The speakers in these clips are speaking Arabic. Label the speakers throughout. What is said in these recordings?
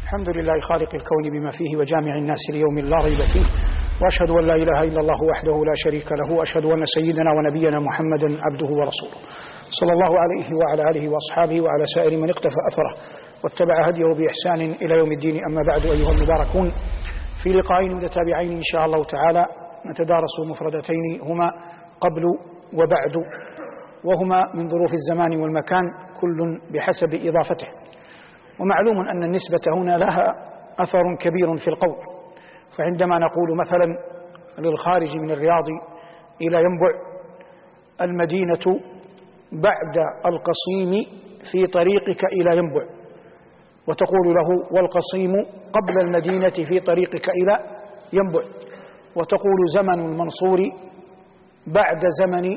Speaker 1: الحمد لله خالق الكون بما فيه وجامع الناس ليوم لا ريب فيه، وأشهد أن لا إله إلا الله وحده لا شريك له، وأشهد أن سيدنا ونبينا محمدا عبده ورسوله صلى الله عليه وعلى آله وأصحابه وعلى سائر من اقتفى أثره واتبع هديه بإحسان إلى يوم الدين. أما بعد، أيها المباركون، في لقاءين متتابعين إن شاء الله تعالى نتدارس مفردتين هما قبل وبعد، وهما من ظروف الزمان والمكان كل بحسب إضافته. ومعلوم أن النسبة هنا لها أثر كبير في القول، فعندما نقول مثلا للخارج من الرياض إلى ينبع المدينة بعد القصيم في طريقك إلى ينبع، وتقول له والقصيم قبل المدينة في طريقك إلى ينبع، وتقول زمن المنصور بعد زمن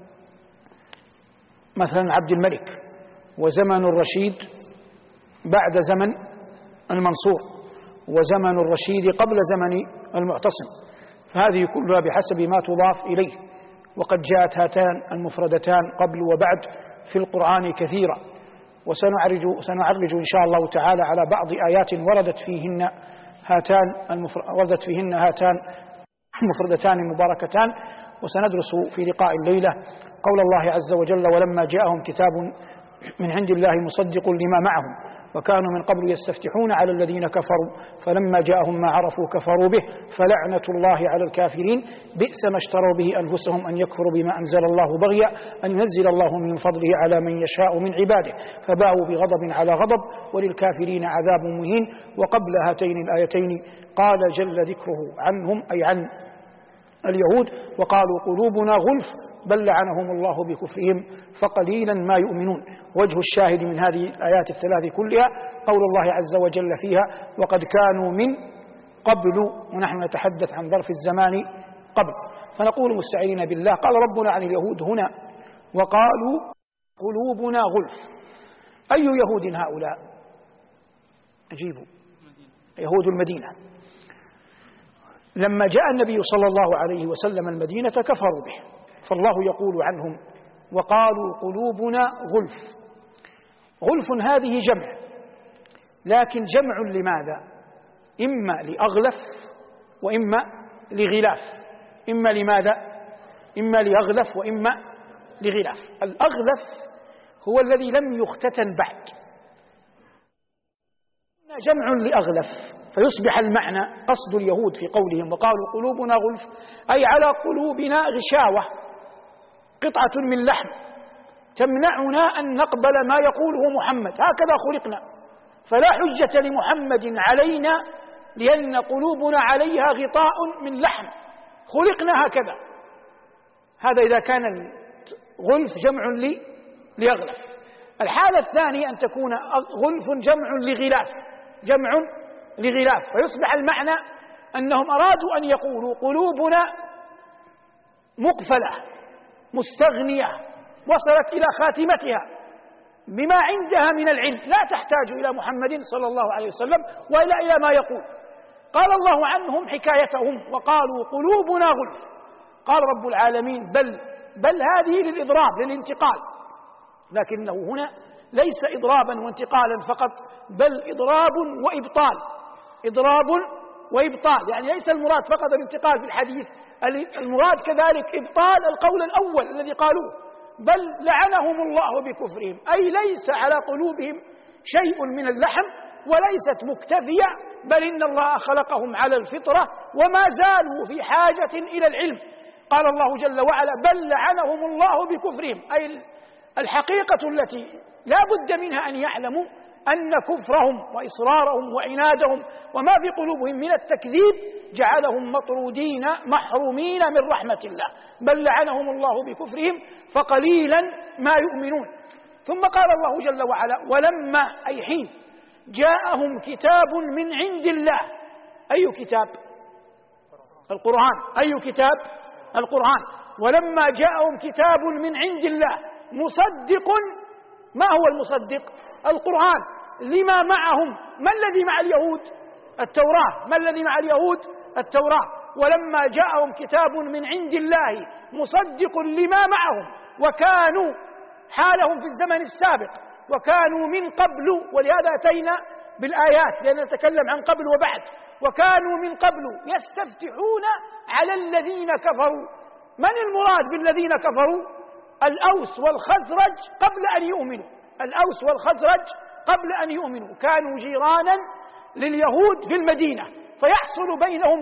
Speaker 1: مثلا عبد الملك، وزمن الرشيد بعد زمن المنصور، وزمن الرشيد قبل زمن المعتصم. فهذه كلها بحسب ما تضاف إليه، وقد جاءت هاتان المفردتان قبل وبعد في القرآن كثيرا، وسنعرج إن شاء الله تعالى على بعض آيات وردت فيهن هاتان المفردتان المباركتان. وسندرس في لقاء الليلة قول الله عز وجل: ولما جاءهم كتاب من عند الله مصدق لما معهم وكانوا من قبل يستفتحون على الذين كفروا فلما جاءهم ما عرفوا كفروا به فلعنة الله على الكافرين بئس ما اشتروا به أنفسهم أن يكفروا بما أنزل الله بغيا أن ينزل الله من فضله على من يشاء من عباده فباءوا بغضب على غضب وللكافرين عذاب مهين. وقبل هاتين الآيتين قال جل ذكره عنهم أي عن اليهود: وقالوا قلوبنا غلف بل لعنهم الله بكفرهم فقليلا ما يؤمنون. وجه الشاهد من هذه الآيات الثلاث كلها قول الله عز وجل فيها: وقد كانوا من قبل، ونحن نتحدث عن ظرف الزمان قبل. فنقول مستعينين بالله: قال ربنا عن اليهود هنا: وقالوا قلوبنا غلف. أي يهود هؤلاء؟ أجيبوا: يهود المدينة. لما جاء النبي صلى الله عليه وسلم المدينة كفروا به، فالله يقول عنهم: وقالوا قلوبنا غلف. غلف هذه جمع، لكن جمع لماذا؟ إما لأغلف وإما لغلاف. إما لماذا؟ إما لأغلف وإما لغلاف. الأغلف هو الذي لم يختتن بعد، جمع لأغلف، فيصبح المعنى قصد اليهود في قولهم وقالوا قلوبنا غلف أي على قلوبنا غشاوة، قطعة من لحم تمنعنا أن نقبل ما يقوله محمد، هكذا خلقنا، فلا حجة لمحمد علينا لأن قلوبنا عليها غطاء من لحم، خلقنا هكذا. هذا إذا كان غلف جمع لأغلف. الحالة الثانية أن تكون غلف جمع لغلاف، جمع لغلاف، فيصبح المعنى أنهم أرادوا أن يقولوا قلوبنا مقفلة مستغنية وصلت إلى خاتمتها بما عندها من العلم، لا تحتاج إلى محمد صلى الله عليه وسلم وإلا إلى ما يقول. قال الله عنهم حكايتهم: وقالوا قلوبنا غلف. قال رب العالمين: بل هذه للإضراب للانتقال، لكنه هنا ليس إضرابا وانتقالا فقط، بل إضراب وإبطال. إضراب وإبطال، يعني ليس المراد فقط الانتقال في الحديث، المراد كذلك إبطال القول الأول الذي قالوه: بل لعنهم الله بكفرهم، أي ليس على قلوبهم شيء من اللحم وليست مكتفية، بل إن الله خلقهم على الفطرة وما زالوا في حاجة إلى العلم. قال الله جل وعلا: بل لعنهم الله بكفرهم، أي الحقيقة التي لا بد منها أن يعلموا أن كفرهم وإصرارهم وعنادهم وما في قلوبهم من التكذيب جعلهم مطرودين محرومين من رحمة الله، بل لعنهم الله بكفرهم فقليلا ما يؤمنون. ثم قال الله جل وعلا: ولما أي حين جاءهم كتاب من عند الله. أي كتاب؟ القرآن. أي كتاب؟ القرآن. ولما جاءهم كتاب من عند الله مصدق. ما هو المصدق؟ القرآن. لما معهم؟ ما الذي مع اليهود؟ التوراة. ما الذي مع اليهود؟ التوراة. ولما جاءهم كتاب من عند الله مصدق لما معهم، وكانوا حالهم في الزمن السابق وكانوا من قبل، ولهذا أتينا بالآيات لأن نتكلم عن قبل وبعد. وكانوا من قبل يستفتحون على الذين كفروا. من المراد بالذين كفروا؟ الأوس والخزرج قبل أن يؤمنوا. الأوس والخزرج قبل أن يؤمنوا كانوا جيرانا لليهود في المدينة، فيحصل بينهم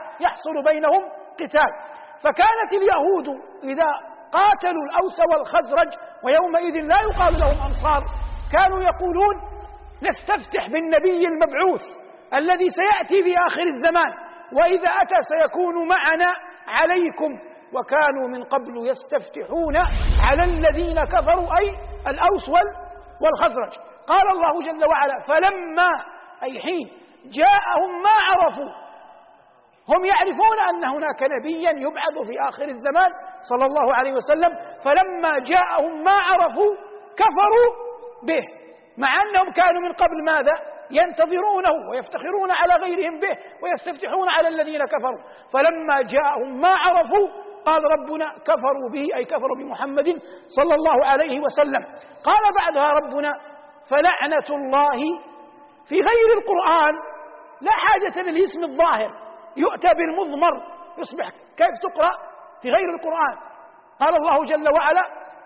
Speaker 1: قتال. فكانت اليهود إذا قاتلوا الأوس والخزرج، ويومئذ لا يقال لهم أنصار، كانوا يقولون نستفتح بالنبي المبعوث الذي سيأتي في آخر الزمان، وإذا أتى سيكون معنا عليكم. وكانوا من قبل يستفتحون على الذين كفروا، أي الأوس والخزرج. قال الله جل وعلا فلما، أي حين جاءهم ما عرفوا، هم يعرفون أن هناك نبيا يبعث في آخر الزمان صلى الله عليه وسلم، فلما جاءهم ما عرفوا كفروا به، مع أنهم كانوا من قبل ماذا؟ ينتظرونه ويفتخرون على غيرهم به ويستفتحون على الذين كفروا. فلما جاءهم ما عرفوا قال ربنا كفروا به، أي كفروا بمحمد صلى الله عليه وسلم. قال بعدها ربنا فلعنة الله. في غير القرآن لا حاجة للاسم الظاهر، يؤتى بالمضمر يصبح كيف تقرأ في غير القرآن. قال الله جل وعلا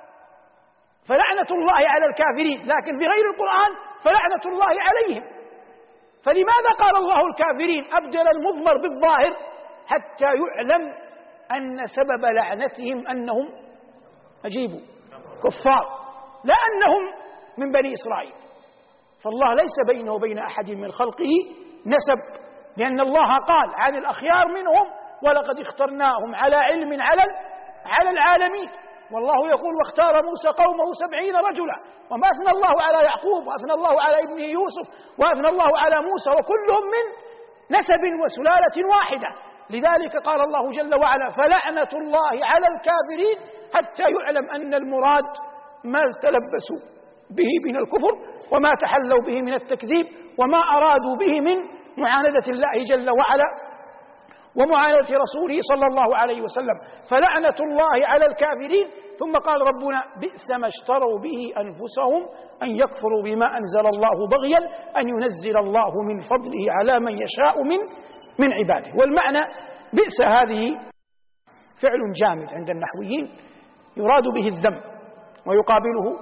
Speaker 1: فلعنة الله على الكافرين، لكن في غير القرآن فلعنة الله عليهم. فلماذا قال الله الكافرين أبدل المضمر بالظاهر؟ حتى يعلم أن سبب لعنتهم أنهم أجيبوا كفار، لا أنهم من بني إسرائيل. فالله ليس بينه وبين أحد من خلقه نسب، لأن الله قال عن الأخيار منهم ولقد اخترناهم على علم على العالمين. والله يقول واختار موسى قومه 70 رجلا، وما أثنى الله على يعقوب وأثنى الله على ابنه يوسف وأثنى الله على موسى، وكلهم من نسب وسلالة واحدة. لذلك قال الله جل وعلا فلعنة الله على الكافرين، حتى يعلم أن المراد ما تلبسوا به من الكفر وما تحلوا به من التكذيب وما أرادوا به من معاندة الله جل وعلا ومعاندة رسوله صلى الله عليه وسلم. فلعنة الله على الكافرين. ثم قال ربنا بئس ما اشتروا به أنفسهم أن يكفروا بما أنزل الله بغيا أن ينزل الله من فضله على من يشاء من عباده. والمعنى بئس هذه فعل جامد عند النحويين يراد به الذم، ويقابله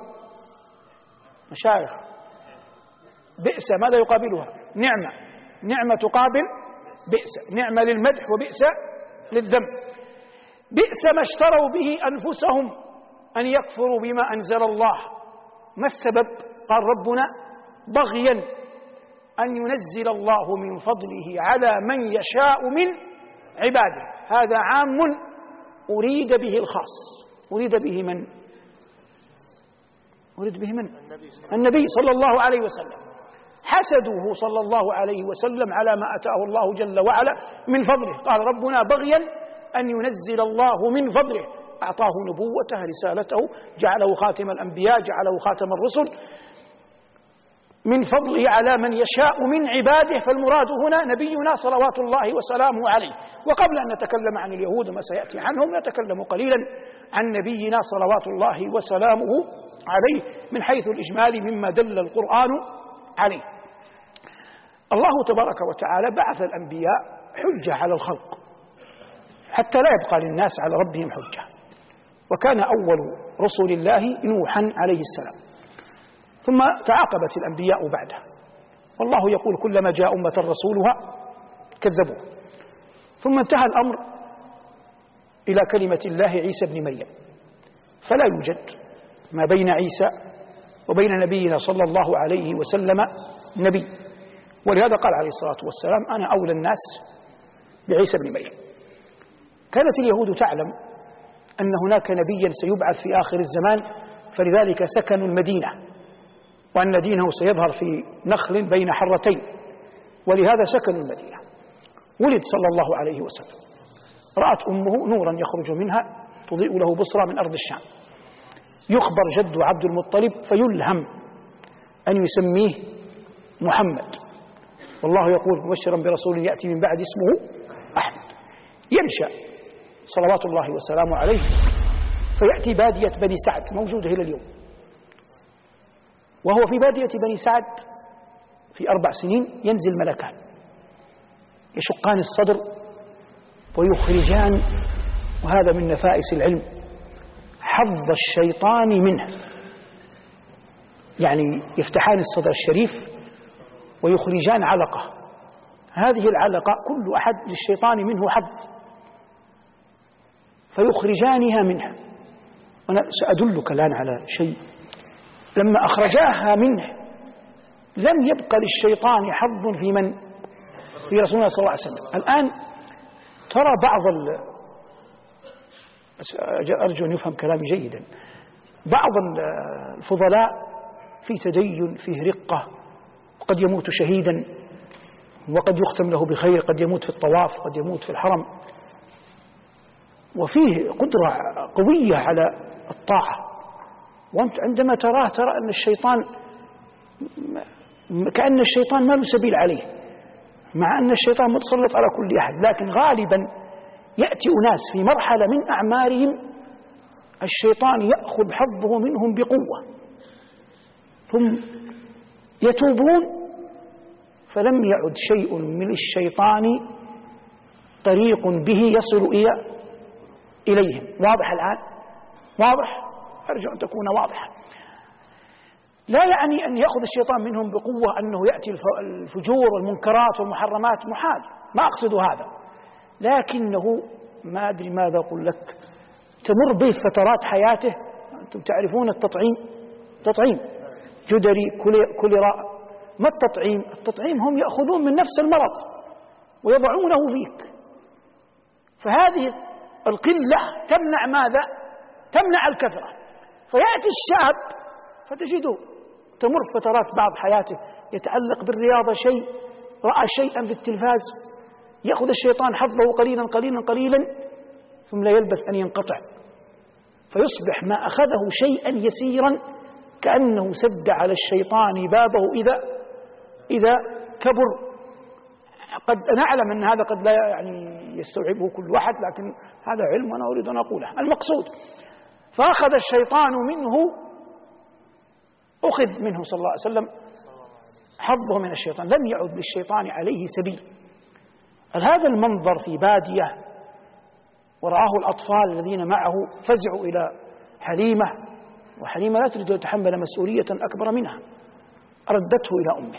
Speaker 1: مشايخ بئس ماذا يقابلها؟ نعمة تقابل بئس، نعمة للمدح وبئس للذم. بئس ما اشتروا به أنفسهم أن يكفروا بما أنزل الله. ما السبب؟ قال ربنا بغيا أن ينزل الله من فضله على من يشاء من عباده. هذا عام أريد به الخاص. أريد به من؟ النبي صلى الله عليه وسلم. حسدوه صلى الله عليه وسلم على ما أتاه الله جل وعلا من فضله. قال ربنا بغيا أن ينزل الله من فضله، أعطاه نبوته رسالته، جعله خاتم الأنبياء، جعله خاتم الرسل، من فضله على من يشاء من عباده. فالمراد هنا نبينا صلوات الله وسلامه عليه. وقبل أن نتكلم عن اليهود وما سيأتي عنهم نتكلم قليلا عن نبينا صلوات الله وسلامه عليه من حيث الإجمال مما دل القرآن عليه. الله تبارك وتعالى بعث الأنبياء حجة على الخلق حتى لا يبقى للناس على ربهم حجة. وكان أول رسل الله نوحا عليه السلام، ثم تعاقبت الأنبياء بعده. والله يقول كلما جاء أمة رسولها كذبوه. ثم انتهى الأمر إلى كلمة الله عيسى بن مريم، فلا يوجد ما بين عيسى وبين نبينا صلى الله عليه وسلم نبي. ولهذا قال عليه الصلاة والسلام أنا أولى الناس بعيسى بن مريم. كانت اليهود تعلم أن هناك نبيا سيبعث في آخر الزمان، فلذلك سكنوا المدينة، وأن دينه سيظهر في نخل بين حرتين، ولهذا سكنوا المدينة. ولد صلى الله عليه وسلم، رأت أمه نورا يخرج منها تضيء له بصرى من أرض الشام. يخبر جد عبد المطلب فيلهم أن يسميه محمد، والله يقول مبشرا برسول يأتي من بعد اسمه أحمد. ينشأ صلوات الله وسلامه عليه فيأتي بادية بني سعد موجودة إلى اليوم، وهو في بادية بني سعد في 4 سنين ينزل ملكان يشقان الصدر ويخرجان، وهذا من نفائس العلم، حظ الشيطان منه، يعني يفتحان الصدر الشريف ويخرجان علقة، هذه العلقة كل أحد للشيطان منه حظ، فيخرجانها منها. أنا سأدلك الآن على شيء، لما أخرجاها منه لم يبق للشيطان حظ في من؟ في رسول الله صلى الله عليه وسلم. الآن ترى بعض أرجو أن يفهم كلامي جيدا، بعض الفضلاء في تدين، فيه رقة، وقد يموت شهيدا وقد يختم له بخير، قد يموت في الطواف، قد يموت في الحرم، وفيه قدرة قوية على الطاعة، وأنت عندما تراه ترى أن الشيطان كأن الشيطان ما له سبيل عليه، مع أن الشيطان متسلط على كل أحد. لكن غالبا يأتي أناس في مرحلة من أعمارهم الشيطان يأخذ حظه منهم بقوة، ثم يتوبون فلم يعد شيء من الشيطان طريق به يصل إليهم. واضح الآن؟ واضح؟ أرجو أن تكون واضحة. لا يعني أن يأخذ الشيطان منهم بقوة أنه يأتي الفجور والمنكرات والمحرمات، محال، ما أقصد هذا، لكنه ما أدري ماذا أقول لك، تمر به فترات حياته. أنتم تعرفون التطعيم، جدري، كوليرا، ما التطعيم؟ التطعيم هم يأخذون من نفس المرض ويضعونه فيك، فهذه القلة تمنع ماذا؟ تمنع الكثرة. فيأتي الشاب فتجده تمر فترات بعض حياته يتعلق بالرياضة شيء، رأى شيئا في التلفاز، يأخذ الشيطان حظه قليلا قليلا قليلا ثم لا يلبث أن ينقطع، فيصبح ما أخذه شيئا يسيرا كأنه سد على الشيطان بابه إذا كبر. قد نعلم أن هذا قد لا يعني يستوعبه كل واحد، لكن هذا علم وأنا أريد أن أقوله. المقصود فأخذ الشيطان منه، أخذ منه صلى الله عليه وسلم حظه من الشيطان، لم يعد للشيطان عليه سبيل. هذا المنظر في بادية ورآه الأطفال الذين معه فزعوا إلى حليمة، وحليمة لا تريد أن تتحمل مسؤولية أكبر منها، ردته إلى أمه،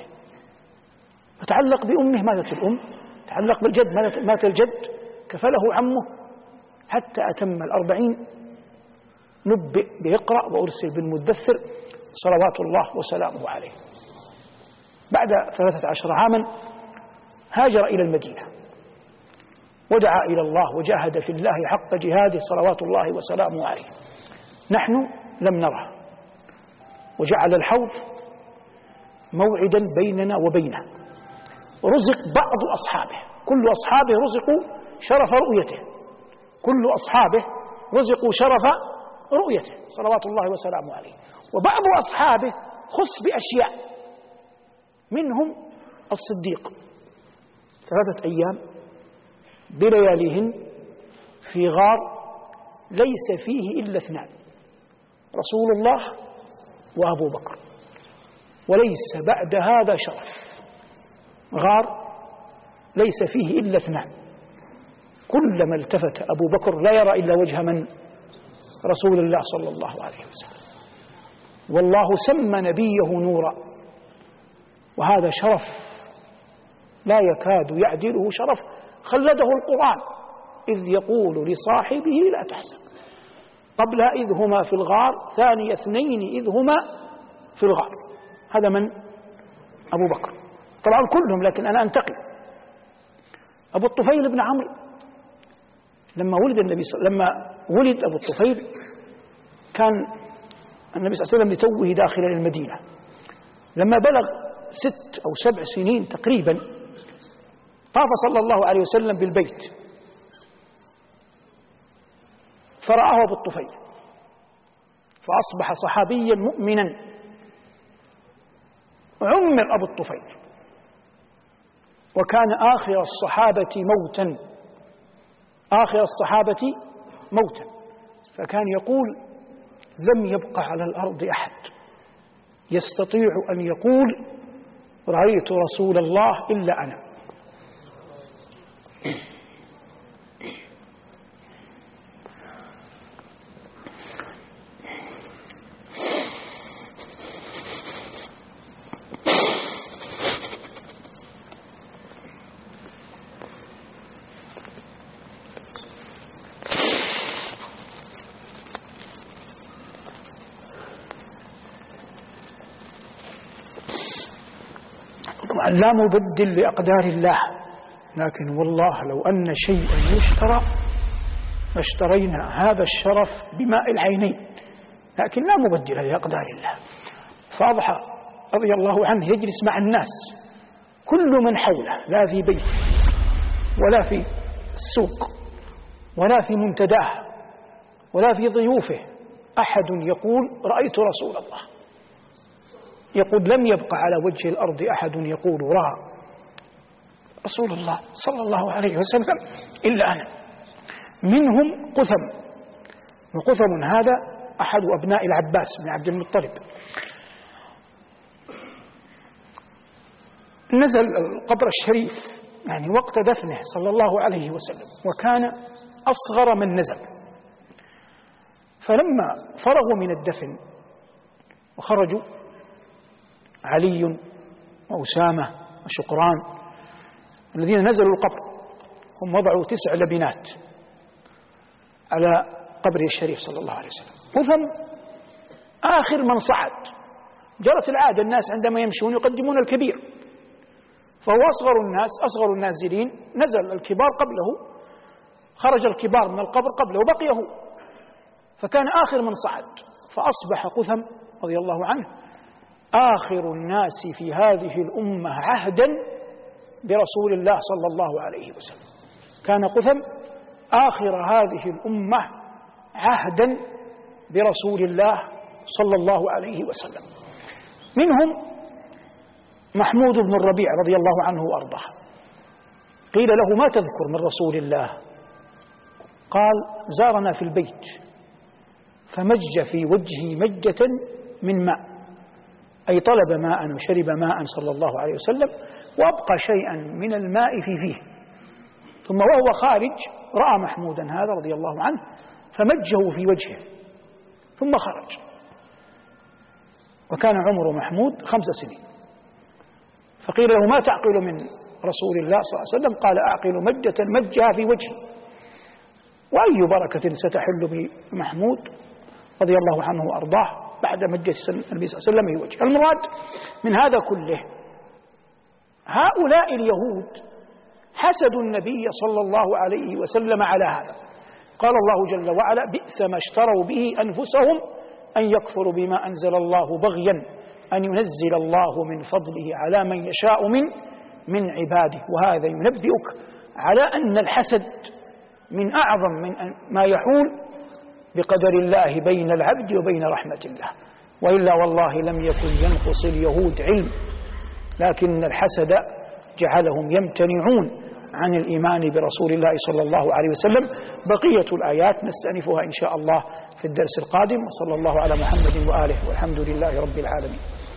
Speaker 1: فتعلق بأمه. ماتت الأم، تعلق بالجد، مات الجد، كفله عمه حتى أتم 40. نبئ بإقرأ وأرسل بالمدثر صلوات الله وسلامه عليه. بعد 13 عاما هاجر إلى المدينة ودعا إلى الله وجاهد في الله حق جهاده صلوات الله وسلامه عليه. نحن لم نره، وجعل الحوض موعدا بيننا وبينه، ورزق بعض أصحابه، كل أصحابه رزقوا شرف رؤيته، كل أصحابه رزقوا شرف رؤيته صلوات الله وسلامه عليه. وبعض أصحابه خص بأشياء، منهم الصديق 3 أيام بلياليهن في غار ليس فيه إلا 2، رسول الله وأبو بكر، وليس بعد هذا شرف. غار ليس فيه إلا 2، كلما التفت أبو بكر لا يرى إلا وجه من؟ رسول الله صلى الله عليه وسلم. والله سمى نبيه نورا، وهذا شرف لا يكاد يعدله شرف خلده القرآن، إذ يقول لصاحبه لا تحزن، قبل إذ هما في الغار، ثاني 2 إذ هما في الغار. هذا من؟ أبو بكر. طبعا كلهم، لكن أنا أنتقل. أبو الطفيل بن عمرو، لما ولد أبو الطفيل كان النبي صلى الله عليه وسلم لتوه داخل المدينة، لما بلغ 6 أو 7 سنين تقريبا طاف صلى الله عليه وسلم بالبيت، فرآه أبو الطفيل فأصبح صحابيا مؤمنا. عمر أبو الطفيل، وكان آخر الصحابة موتا، فكان يقول: لم يبق على الأرض أحد يستطيع أن يقول رأيت رسول الله إلا أنا. لا مبدل لأقدار الله، لكن والله لو أن شيئا يشترى لاشترينا هذا الشرف بماء العينين، لكن لا مبدل لأقدار الله. فأضحى رضي الله عنه يجلس مع الناس، كل من حوله، لا في بيت ولا في السوق ولا في منتداه ولا في ضيوفه أحد يقول رأيت رسول الله. يقول لم يبق على وجه الأرض أحد يقول رأى رسول الله صلى الله عليه وسلم إلا أنا. منهم قثم، وقثم هذا أحد أبناء العباس بن عبد المطلب. نزل القبر الشريف يعني وقت دفنه صلى الله عليه وسلم، وكان أصغر من نزل. فلما فرغوا من الدفن وخرجوا علي وأسامة وشقران الذين نزلوا القبر، هم وضعوا 9 لبنات على قبره الشريف صلى الله عليه وسلم. قثم آخر من صعد. جرت العادة الناس عندما يمشون يقدمون الكبير، فهو أصغر الناس، أصغر النازلين، نزل الكبار قبله، خرج الكبار من القبر قبله وبقي هو، فكان آخر من صعد. فأصبح قثم رضي الله عنه آخر الناس في هذه الأمة عهدا برسول الله صلى الله عليه وسلم. كان قثم آخر هذه الأمة عهدا برسول الله صلى الله عليه وسلم. منهم محمود بن الربيع رضي الله عنه وأرضاه. قيل له ما تذكر من رسول الله؟ قال زارنا في البيت فمج في وجهي مجة من ماء، أي طلب ماء وشرب ماء صلى الله عليه وسلم، وأبقى شيئا من الماء في فيه، ثم وهو خارج رأى محمودا هذا رضي الله عنه فمجه في وجهه ثم خرج. وكان عمر محمود 5 سنين. فقيل له ما تعقل من رسول الله صلى الله عليه وسلم؟ قال أعقل مجة مجها في وجهي، وأي بركة ستحل بمحمود رضي الله عنه وأرضاه بعد مجة النبي صلى الله عليه وسلم في وجهه. المراد من هذا كله هؤلاء اليهود حسدوا النبي صلى الله عليه وسلم على هذا. قال الله جل وعلا بئس ما اشتروا به أنفسهم أن يكفروا بما أنزل الله بغيا أن ينزل الله من فضله على من يشاء من عباده. وهذا ينبئك على أن الحسد من أعظم من ما يحول بقدر الله بين العبد وبين رحمة الله، وإلا والله لم يكن ينقص اليهود علم، لكن الحسد جعلهم يمتنعون عن الإيمان برسول الله صلى الله عليه وسلم. بقية الآيات نستأنفها إن شاء الله في الدرس القادم، وصلى الله على محمد وآله والحمد لله رب العالمين.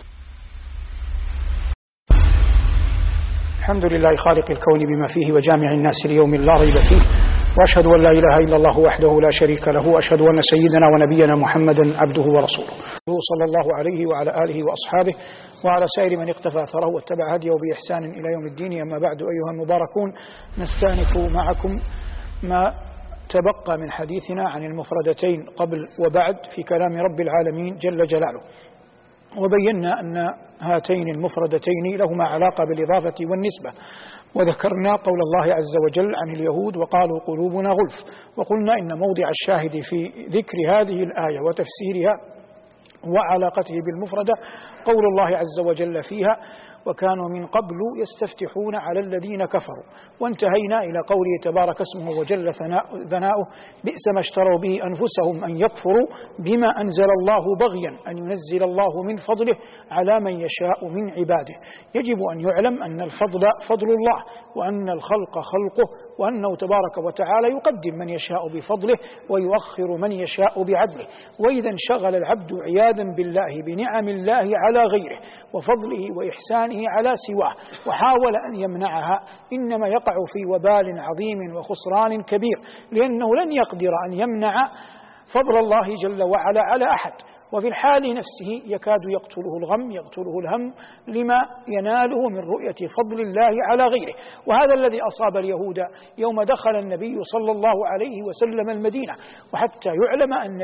Speaker 1: الحمد لله خالق الكون بما فيه وجامع الناس ليوم لا ريب فيه، وأشهد أن لا إله إلا الله وحده لا شريك له، وأشهد أن سيدنا ونبينا محمدا عبده ورسوله صلى الله عليه وعلى آله وأصحابه وعلى سائر من اقتفى أثره واتبع هديه بإحسان إلى يوم الدين. أما بعد أيها المباركون، نستأنف معكم ما تبقى من حديثنا عن المفردتين قبل وبعد في كلام رب العالمين جل جلاله، وبينا أن هاتين المفردتين لهما علاقة بالإضافة والنسبة، وذكرنا قول الله عز وجل عن اليهود وقالوا قلوبنا غلف، وقلنا إن موضع الشاهد في ذكر هذه الآية وتفسيرها وعلاقته بالمفردة قول الله عز وجل فيها وكانوا من قبل يستفتحون على الذين كفروا، وانتهينا إلى قوله تبارك اسمه وجل ثناؤه بئس ما اشتروا به أنفسهم أن يكفروا بما أنزل الله بغيا أن ينزل الله من فضله على من يشاء من عباده. يجب أن يعلم أن الفضل فضل الله، وأن الخلق خلقه، وأنه تبارك وتعالى يقدم من يشاء بفضله ويؤخر من يشاء بعدله. وإذا انشغل العبد عياذا بالله بنعم الله على غيره وفضله وإحسانه على سواه وحاول أن يمنعها، إنما يقع في وبال عظيم وخسران كبير، لأنه لن يقدر أن يمنع فضل الله جل وعلا على أحد، وفي الحال نفسه يكاد يقتله الغم يقتله الهم لما يناله من رؤية فضل الله على غيره. وهذا الذي أصاب اليهود يوم دخل النبي صلى الله عليه وسلم المدينة. وحتى يعلم أن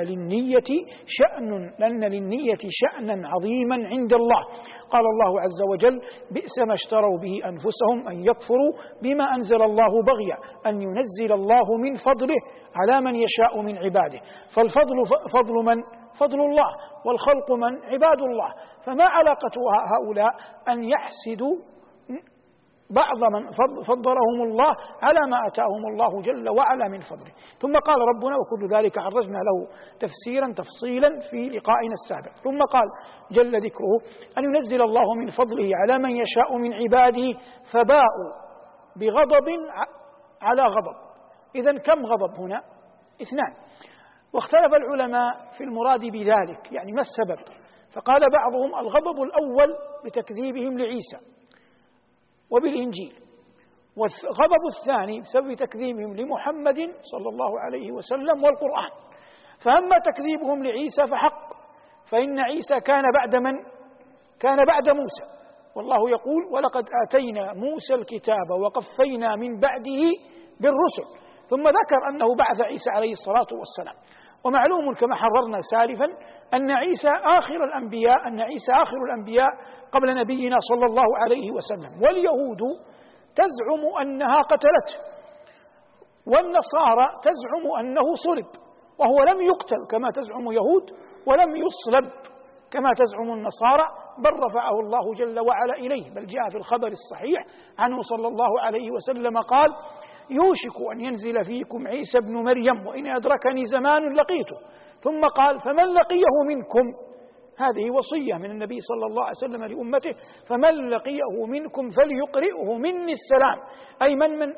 Speaker 1: للنية شأنا عظيما عند الله. قال الله عز وجل: بئس ما اشتروا به أنفسهم أن يكفروا بما أنزل الله بغيا أن ينزل الله من فضله على من يشاء من عباده. فالفضل فضل من؟ فضل الله، والخلق من؟ عباد الله. فما علاقة هؤلاء أن يحسدوا بعض من فضلهم الله على ما أتاهم الله جل وعلا من فضله؟ ثم قال ربنا: وكل ذلك عرجنا له تفسيرا تفصيلا في لقائنا السابق. ثم قال جل ذكره: أن ينزل الله من فضله على من يشاء من عباده فباءوا بغضب على غضب. إذن كم غضب هنا؟ 2. واختلف العلماء في المراد بذلك، يعني ما السبب؟ فقال بعضهم: الغضب الأول بتكذيبهم لعيسى وبالإنجيل، والغضب الثاني بسبب تكذيبهم لمحمد صلى الله عليه وسلم والقرآن. فأما تكذيبهم لعيسى فحق، فإن عيسى كان بعد من؟ كان بعد موسى، والله يقول: ولقد آتينا موسى الكتاب وقفينا من بعده بالرسل. ثم ذكر أنه بعث عيسى عليه الصلاة والسلام. ومعلوم كما حررنا سالفا أن عيسى آخر الأنبياء قبل نبينا صلى الله عليه وسلم. واليهود تزعم أنها قتلته، والنصارى تزعم أنه صلب، وهو لم يقتل كما تزعم يهود، ولم يصلب كما تزعم النصارى، بل رفعه الله جل وعلا إليه. بل جاء في الخبر الصحيح عنه صلى الله عليه وسلم قال: يوشك أن ينزل فيكم عيسى ابن مريم وإن أدركني زمان لقيته. ثم قال: فمن لقيه منكم، هذه وصية من النبي صلى الله عليه وسلم لأمته، فمن لقيه منكم فليقرئه مني السلام، أي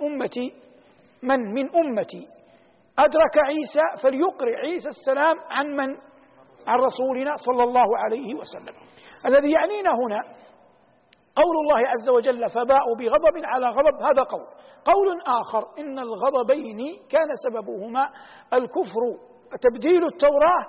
Speaker 1: من أمتي أدرك عيسى فليقرئ عيسى السلام عن رسولنا صلى الله عليه وسلم. الذي يعنينا هنا قول الله عز وجل: فباءوا بغضب على غضب. هذا قول آخر: إن الغضبين كان سببهما الكفر، تبديل التوراة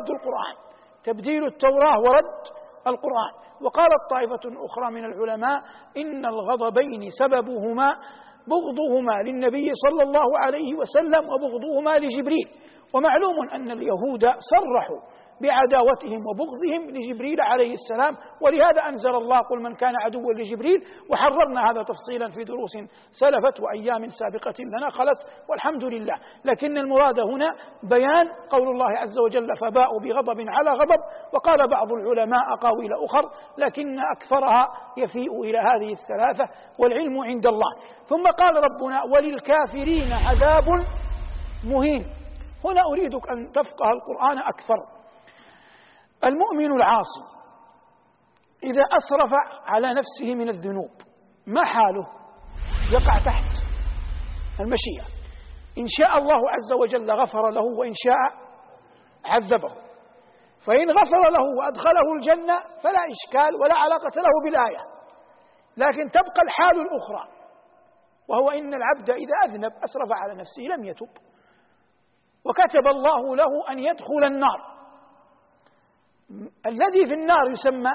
Speaker 1: ورد القرآن. وقالت طائفة أخرى من العلماء: إن الغضبين سببهما بغضهما للنبي صلى الله عليه وسلم وبغضهما لجبريل. ومعلوم أن اليهود صرحوا بعداوتهم وبغضهم لجبريل عليه السلام، ولهذا أنزل الله: قل من كان عدوا لجبريل. وحررنا هذا تفصيلا في دروس سلفت وأيام سابقة لنا خلت، والحمد لله. لكن المراد هنا بيان قول الله عز وجل: فباءوا بغضب على غضب. وقال بعض العلماء أقاويل أخر، لكن أكثرها يفيء إلى هذه الثلاثة، والعلم عند الله. ثم قال ربنا: وللكافرين عذاب مهين. هنا أريدك أن تفقه القرآن أكثر. المؤمن العاصي إذا أسرف على نفسه من الذنوب ما حاله؟ يقع تحت المشيئة. إن شاء الله عز وجل غفر له، وإن شاء عذبه. فإن غفر له وأدخله الجنة فلا إشكال ولا علاقة له بالآية، لكن تبقى الحال الأخرى، وهو إن العبد إذا أذنب أسرف على نفسه لم يتب، وكتب الله له أن يدخل النار. الذي في النار يسمى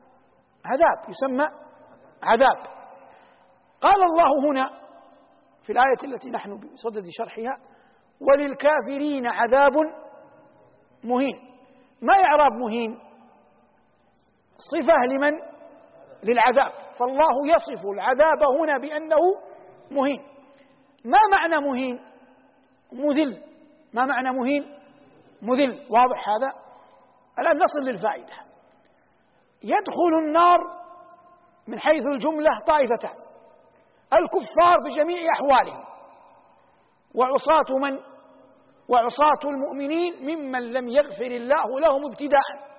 Speaker 1: عذاب. قال الله هنا في الآية التي نحن بصدد شرحها: وللكافرين عذاب مهين. ما إعراب مهين؟ صفة لمن؟ للعذاب. فالله يصف العذاب هنا بأنه مهين. ما معنى مهين؟ مذل. ما معنى مهين؟ مذل. واضح هذا؟ الآن نصل للفائدة. يدخل النار من حيث الجملة طائفتان: الكفار بجميع أحوالهم، وعصاة المؤمنين ممن لم يغفر الله لهم ابتداء.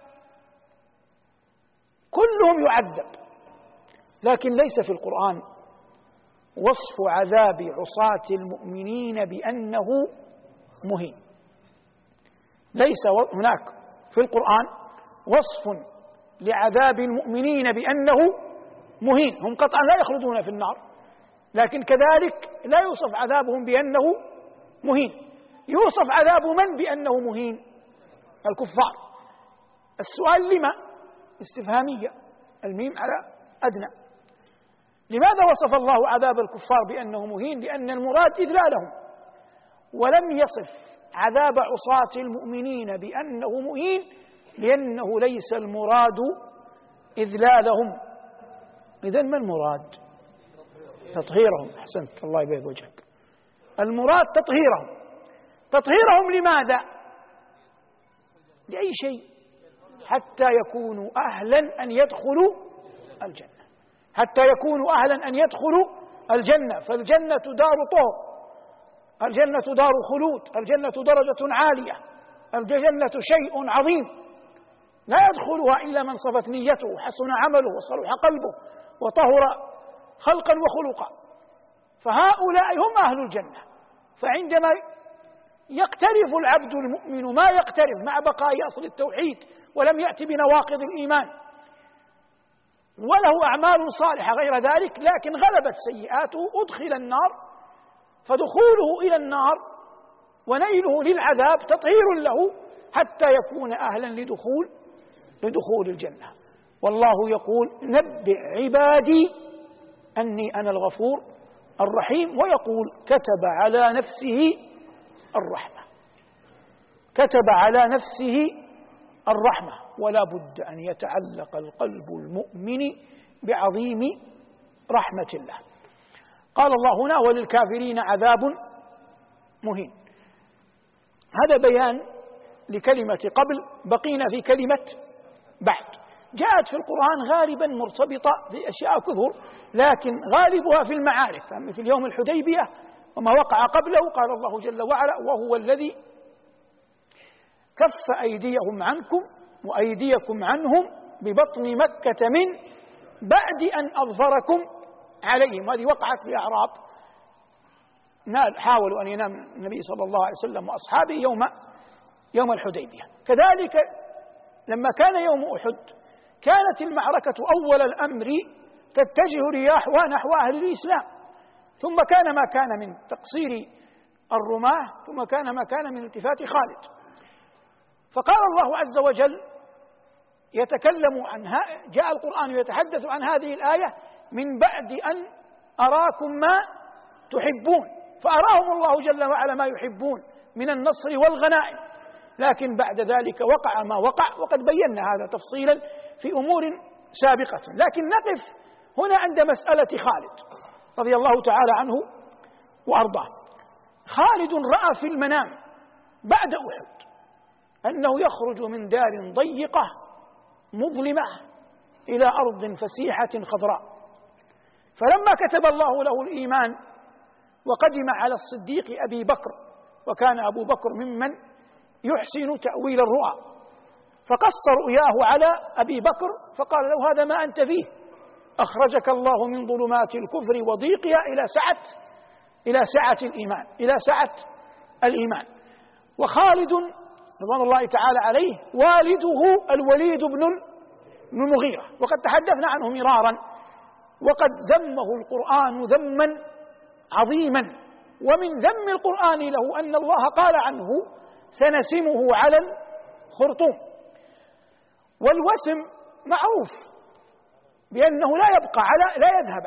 Speaker 1: كلهم يعذب، لكن ليس في القرآن وصف عذاب عصاة المؤمنين بأنه مهين. ليس هناك في القرآن وصف لعذاب المؤمنين بأنه مهين. هم قطعا لا يخلدون في النار، لكن كذلك لا يوصف عذابهم بأنه مهين. يوصف عذاب من بأنه مهين؟ الكفار. السؤال لما؟ استفهامية، الميم على أدنى. لماذا وصف الله عذاب الكفار بأنه مهين؟ لأن المراد إذلالهم، ولم يصف عذاب عصاة المؤمنين بأنه مهين لأنه ليس المراد إذلالهم. إذن ما المراد؟ تطهيرهم. أحسنت، الله يبيض وجهك. المراد تطهيرهم. تطهيرهم لماذا؟ لأي شيء؟ حتى يكونوا أهلا أن يدخلوا الجنة، حتى يكونوا أهلا أن يدخلوا الجنة. فالجنة دار طهر، الجنة دار خلود، الجنة درجة عالية، الجنة شيء عظيم لا يدخلها إلا من صفت نيته وحسن عمله وصلح قلبه وطهر خلقا وخلقا. فهؤلاء هم أهل الجنة. فعندما يقترف العبد المؤمن ما يقترف مع بقاء أصل التوحيد ولم يأتي بنواقض الإيمان وله أعمال صالحة غير ذلك، لكن غلبت سيئاته، أدخل النار، فدخوله إلى النار ونيله للعذاب تطهير له حتى يكون أهلا لدخول الجنة. والله يقول: نبئ عبادي أني أنا الغفور الرحيم. ويقول: كتب على نفسه الرحمة، كتب على نفسه الرحمة. ولا بد أن يتعلق القلب المؤمن بعظيم رحمة الله. قال الله هنا: وللكافرين عذاب مهين. هذا بيان لكلمة قبل، بقينا في كلمة بعد. جاءت في القرآن غالبا مرتبطة بأشياء كثر، لكن غالبها في المعارك، مثل يوم الحديبية وما وقع قبله. قال الله جل وعلا: وهو الذي كف أيديهم عنكم وأيديكم عنهم ببطن مكة من بعد أن أظفركم عليهم. هذه وقعت في أعراب حاولوا أن ينام النبي صلى الله عليه وسلم وأصحابه يوم الحديبية. كذلك لما كان يوم أحد كانت المعركة أول الأمر تتجه رياحها نحو أهل الإسلام، ثم كان ما كان من تقصير الرماة، ثم كان ما كان من التفات خالد. فقال الله عز وجل يتكلم عنها، جاء القرآن يتحدث عن هذه الآية: من بعد أن أراكم ما تحبون. فأراهم الله جل وعلا ما يحبون من النصر والغنائم، لكن بعد ذلك وقع ما وقع، وقد بينا هذا تفصيلا في أمور سابقة. لكن نقف هنا عند مسألة خالد رضي الله تعالى عنه وأرضاه. خالد رأى في المنام بعد أحد أنه يخرج من دار ضيقة مظلمة إلى أرض فسيحة خضراء. فلما كتب الله له الإيمان وقدم على الصديق أبي بكر، وكان أبو بكر ممن يحسن تأويل الرؤى، فقص رؤياه على أبي بكر فقال له: هذا ما أنت فيه، أخرجك الله من ظلمات الكفر وضيقها إلى سعة الإيمان، إلى سعة الإيمان. وخالد رضوان الله تعالى عليه والده الوليد بن المغيرة، وقد تحدثنا عنه مرارا، وقد ذمه القرآن ذما عظيما. ومن ذم القرآن له أن الله قال عنه: سنسمه على الخرطوم. والوسم معروف بأنه لا يذهب،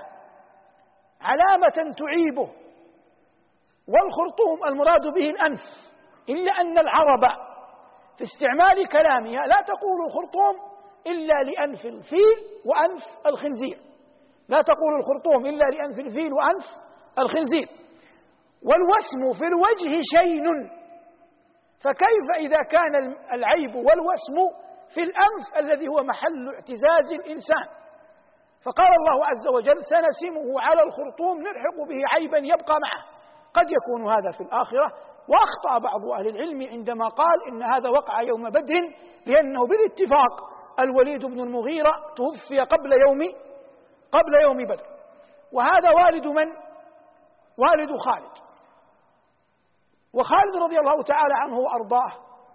Speaker 1: علامة تعيبه. والخرطوم المراد به الأنف، إلا أن العرب في استعمال كلامها لا تقول الخرطوم إلا لأنف الفيل وأنف الخنزير، لا تقول الخرطوم إلا لأنف الفيل وأنف الخنزير. والوسم في الوجه شين، فكيف إذا كان العيب والوسم في الأنف الذي هو محل اعتزاز الإنسان؟ فقال الله عز وجل: سنسمه على الخرطوم، نلحق به عيبا يبقى معه. قد يكون هذا في الآخرة. وأخطأ بعض أهل العلم عندما قال إن هذا وقع يوم بدر، لأنه بالاتفاق الوليد بن المغيرة توفي قبل يوم بدر. وهذا والد من؟ والد خالد. وخالد رضي الله تعالى عنه وأرضاه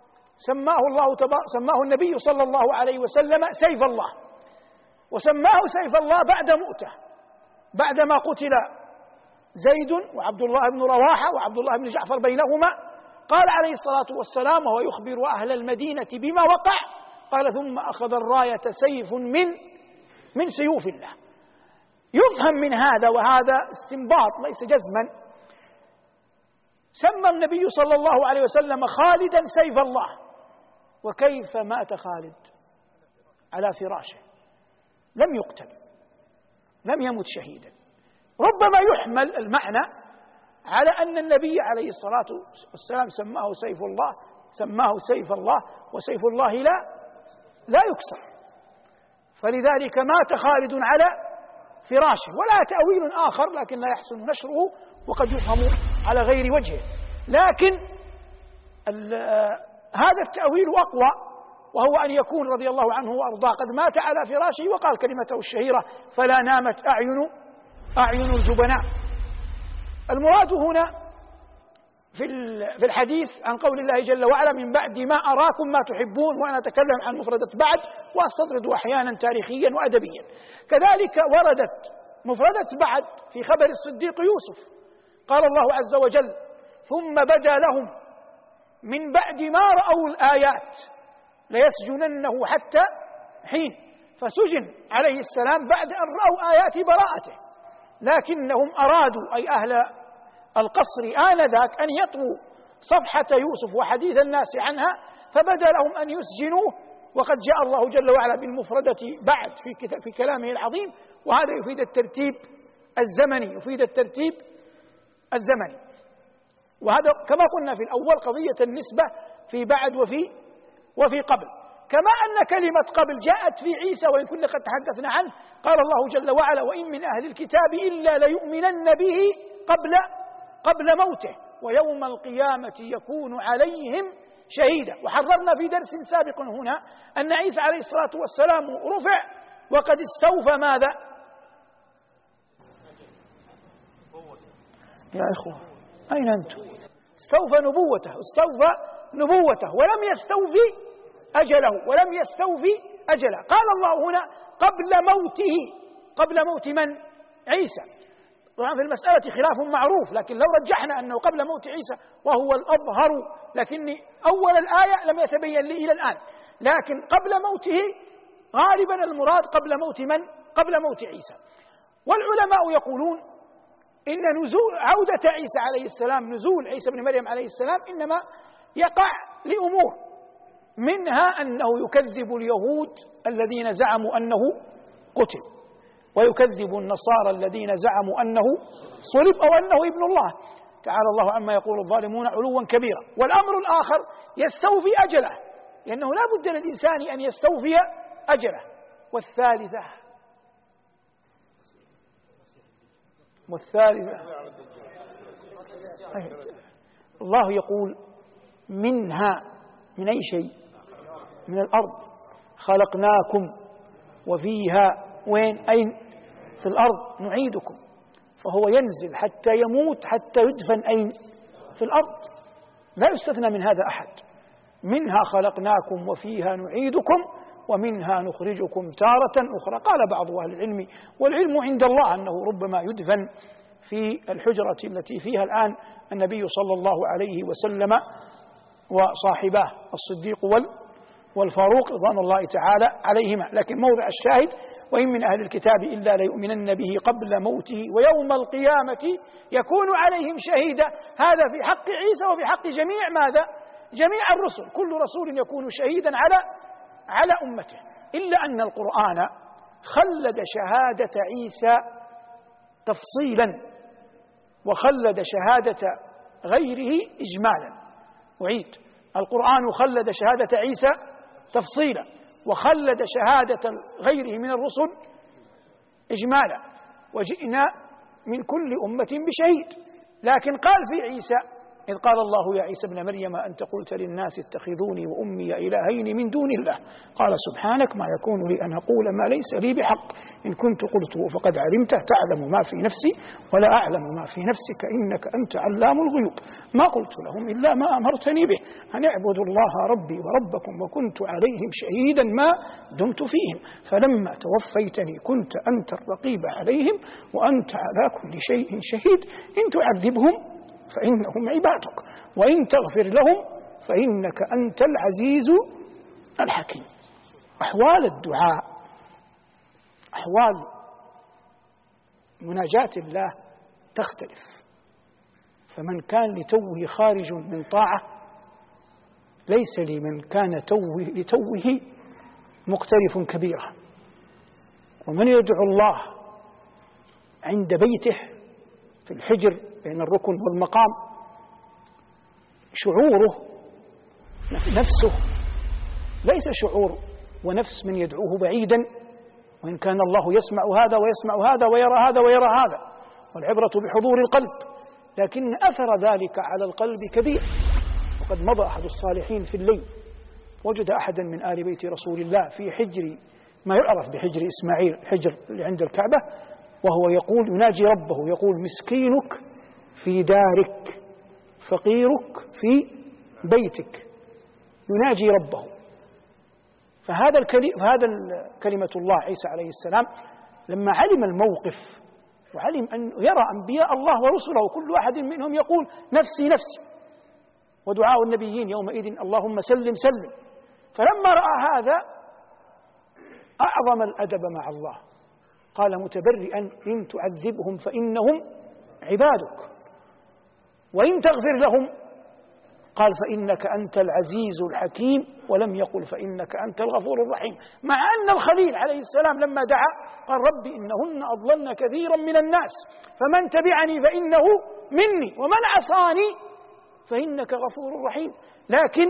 Speaker 1: سماه النبي صلى الله عليه وسلم سيف الله، وسماه سيف الله بعد موته، بعدما قتل زيد وعبد الله بن رواحة وعبد الله بن جعفر بينهما، قال عليه الصلاة والسلام وهو يخبر أهل المدينة بما وقع، قال: ثم أخذ الراية سيف من سيوف الله. يفهم من هذا، وهذا استنباط ليس جزما، سمى النبي صلى الله عليه وسلم خالدا سيف الله. وكيف مات خالد؟ على فراشه، لم يقتل، لم يمت شهيدا. ربما يحمل المعنى على أن النبي عليه الصلاة والسلام سماه سيف الله، وسيف الله لا يكسر، فلذلك مات خالد على فراشه. ولا تأويل آخر لكن لا يحسن نشره وقد يفهم على غير وجهه، لكن هذا التأويل أقوى، وهو أن يكون رضي الله عنه وأرضاه قد مات على فراشه وقال كلمته الشهيرة: فلا نامت أعين الجبناء. المراد هنا في الحديث عن قول الله جل وعلا: من بعد ما أراكم ما تحبون، وأنا أتكلم عن مفردة بعد وأستطرد أحيانا تاريخيا وأدبيا. كذلك وردت مفردة بعد في خبر الصديق يوسف، قال الله عز وجل: ثم بدا لهم من بعد ما رأوا الآيات ليسجننه حتى حين. فسجن عليه السلام بعد أن رأوا آيات براءته، لكنهم أرادوا أي أهل القصر آنذاك أن يطووا صفحة يوسف وحديث الناس عنها، فبدا لهم أن يسجنوه. وقد جاء الله جل وعلا بالمفردة بعد في كلامه العظيم، وهذا يفيد الترتيب الزمني. وهذا كما قلنا في الأول قضية النسبة في بعد وفي قبل. كما أن كلمة قبل جاءت في عيسى، وإن كنا قد تحدثنا عنه، قال الله جل وعلا: وإن من أهل الكتاب إلا ليؤمنن به قبل موته ويوم القيامة يكون عليهم شهيدا. وحررنا في درس سابق هنا أن عيسى عليه الصلاة والسلام رفع وقد استوفى ماذا؟ يا إخوة أين أنتم؟ استوفى نبوته ولم يستوفي أجله. قال الله هنا قبل موت من؟ عيسى. طبعا في المسألة خلاف معروف، لكن لو رجحنا أنه قبل موت عيسى وهو الأظهر، لكن أول الآية لم يتبين لي إلى الآن، لكن قبل موته غالبا المراد قبل موت من؟ قبل موت عيسى. والعلماء يقولون إن عودة عيسى عليه السلام، نزول عيسى بن مريم عليه السلام، إنما يقع لأمور، منها أنه يكذب اليهود الذين زعموا أنه قتل، ويكذب النصارى الذين زعموا أنه صلب أو أنه ابن الله، تعالى الله عما يقول الظالمون علوا كبيرا. والأمر الآخر يستوفي أجله، لأنه لا بد للإنسان أن يستوفي أجله. والثالثة الله يقول: منها، من أي شيء؟ من الأرض خلقناكم وفيها، وين؟ أين؟ في الأرض نعيدكم. فهو ينزل حتى يموت حتى يدفن أين؟ في الأرض، لا يستثنى من هذا أحد. منها خلقناكم وفيها نعيدكم ومنها نخرجكم تارة أخرى. قال بعض أهل العلم، والعلم عند الله، أنه ربما يدفن في الحجرة التي فيها الآن النبي صلى الله عليه وسلم وصاحباه الصديق والفاروق رضوان الله تعالى عليهما. لكن موضع الشاهد: وإن من أهل الكتاب إلا ليؤمنن به قبل موته ويوم القيامة يكون عليهم شهيدا. هذا في حق عيسى وفي حق جميع ماذا؟ جميع الرسل. كل رسول يكون شهيدا على أمته، إلا أن القرآن خلد شهادة عيسى تفصيلا وخلد شهادة غيره إجمالا. أعيد: القرآن خلد شهادة عيسى تفصيلا وخلد شهادة غيره من الرسل إجمالا، وجئنا من كل أمة بشهيد. لكن قال في عيسى إذ قال الله يا عيسى ابن مريم أنت قلت للناس اتخذوني وأمي إلهين من دون الله قال سبحانك ما يكون لي أن أقول ما ليس لي بحق إن كنت قلته فقد علمته تعلم ما في نفسي ولا أعلم ما في نفسك إنك أنت علام الغيوب ما قلت لهم إلا ما أمرتني به أن اعبدوا الله ربي وربكم وكنت عليهم شهيدا ما دمت فيهم فلما توفيتني كنت أنت الرقيب عليهم وأنت على كل شيء شهيد إن تعذبهم فإنهم عبادك وإن تغفر لهم فإنك أنت العزيز الحكيم. أحوال الدعاء، أحوال مناجاة الله تختلف، فمن كان لتوه خارج من طاعة ليس لمن كان لتوه مقترف كبيرة. ومن يدعو الله عند بيته في الحجر بين الركن والمقام شعوره نفسه ليس شعور ونفس من يدعوه بعيدا، وإن كان الله يسمع هذا ويسمع هذا ويرى هذا ويرى هذا، والعبرة بحضور القلب، لكن أثر ذلك على القلب كبير. وقد مضى أحد الصالحين في الليل وجد أحدا من آل بيت رسول الله في حجر ما يعرف بحجر إسماعيل، حجر اللي عند الكعبة، وهو يقول يناجي ربه يقول مسكينك في دارك فقيرك في بيتك، يناجي ربه. فهذا كلمة الله عيسى عليه السلام لما علم الموقف وعلم أن يرى أنبياء الله ورسله كل واحد منهم يقول نفسي نفسي، ودعاء النبيين يومئذ اللهم سلم سلم، فلما رأى هذا أعظم الأدب مع الله، قال متبرئا إن تعذبهم فإنهم عبادك وإن تغفر لهم قال فإنك أنت العزيز الحكيم، ولم يقل فإنك أنت الغفور الرحيم، مع أن الخليل عليه السلام لما دعا قال رب إنهن أضللن كثيرا من الناس فمن تبعني فإنه مني ومن عصاني فإنك غفور رحيم. لكن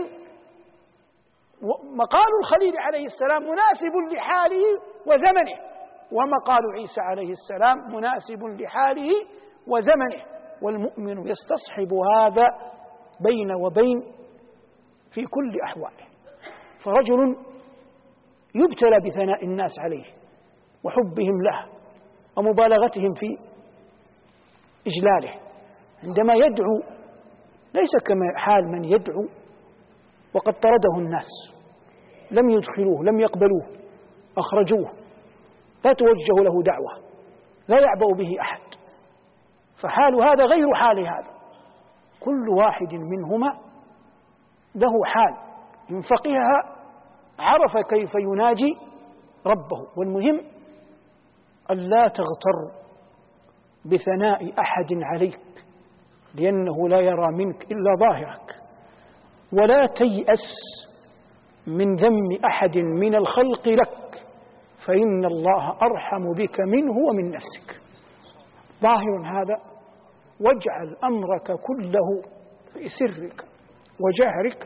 Speaker 1: مقال الخليل عليه السلام مناسب لحاله وزمنه، ومقال عيسى عليه السلام مناسب لحاله وزمنه، والمؤمن يستصحب هذا بين وبين في كل أحواله. فرجل يبتلى بثناء الناس عليه وحبهم له ومبالغتهم في إجلاله، عندما يدعو ليس كما حال من يدعو وقد طرده الناس، لم يدخلوه لم يقبلوه أخرجوه، لا توجه له دعوة، لا يعبأ به أحد، فحال هذا غير حال هذا. كل واحد منهما له حال إن فقهها عرف كيف يناجي ربه. والمهم ألا تغتر بثناء أحد عليك لأنه لا يرى منك إلا ظاهرك، ولا تيأس من ذم أحد من الخلق لك فإن الله أرحم بك منه ومن نفسك. ظاهر هذا، واجعل أمرك كله في سرك وجهرك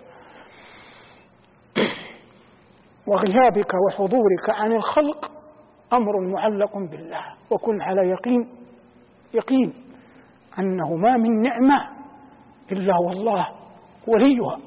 Speaker 1: وغيابك وحضورك عن الخلق أمر معلق بالله، وكن على يقين أنه ما من نعمة إلا والله وليها،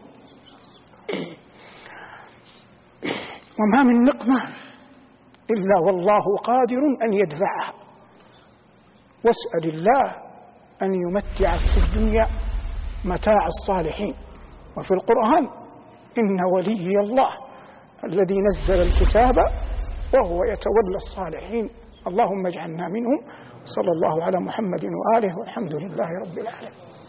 Speaker 1: وما من نقمة إلا والله قادر أن يدفعها. واسأل الله أن يمتعك في الدنيا متاع الصالحين. وفي القرآن إن ولي الله الذي نزل الكتاب وهو يتولى الصالحين، اللهم اجعلنا منهم. صلى الله على محمد وآله والحمد لله رب العالمين.